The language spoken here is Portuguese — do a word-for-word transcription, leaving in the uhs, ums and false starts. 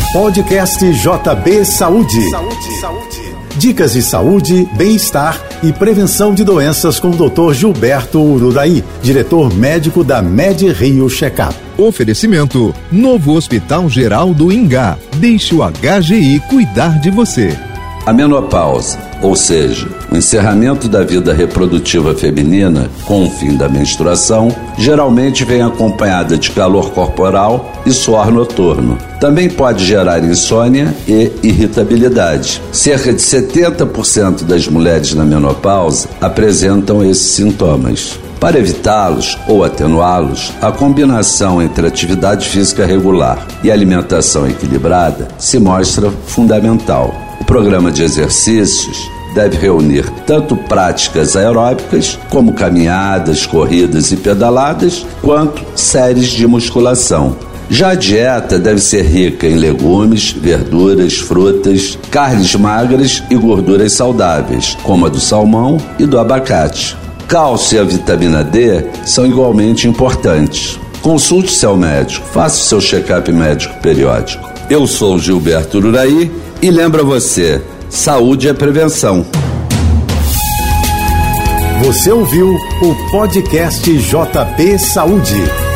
Podcast J B Saúde. Saúde, saúde. Dicas de saúde, bem-estar e prevenção de doenças com o doutor Gilberto Ururaí, diretor médico da Med Rio Checkup. Oferecimento: Novo Hospital Geral do Ingá. Deixe o H G I cuidar de você. A menopausa, ou seja, o encerramento da vida reprodutiva feminina com o fim da menstruação, geralmente vem acompanhada de calor corporal e suor noturno. Também pode gerar insônia e irritabilidade. Cerca de setenta por cento das mulheres na menopausa apresentam esses sintomas. Para evitá-los ou atenuá-los, a combinação entre atividade física regular e alimentação equilibrada se mostra fundamental. O programa de exercícios deve reunir tanto práticas aeróbicas, como caminhadas, corridas e pedaladas, quanto séries de musculação. Já a dieta deve ser rica em legumes, verduras, frutas, carnes magras e gorduras saudáveis, como a do salmão e do abacate. Cálcio e a vitamina D são igualmente importantes. Consulte seu médico, faça o seu check-up médico periódico. Eu sou Gilberto Ururaí e lembra você, saúde é prevenção. Você ouviu o podcast J B Saúde.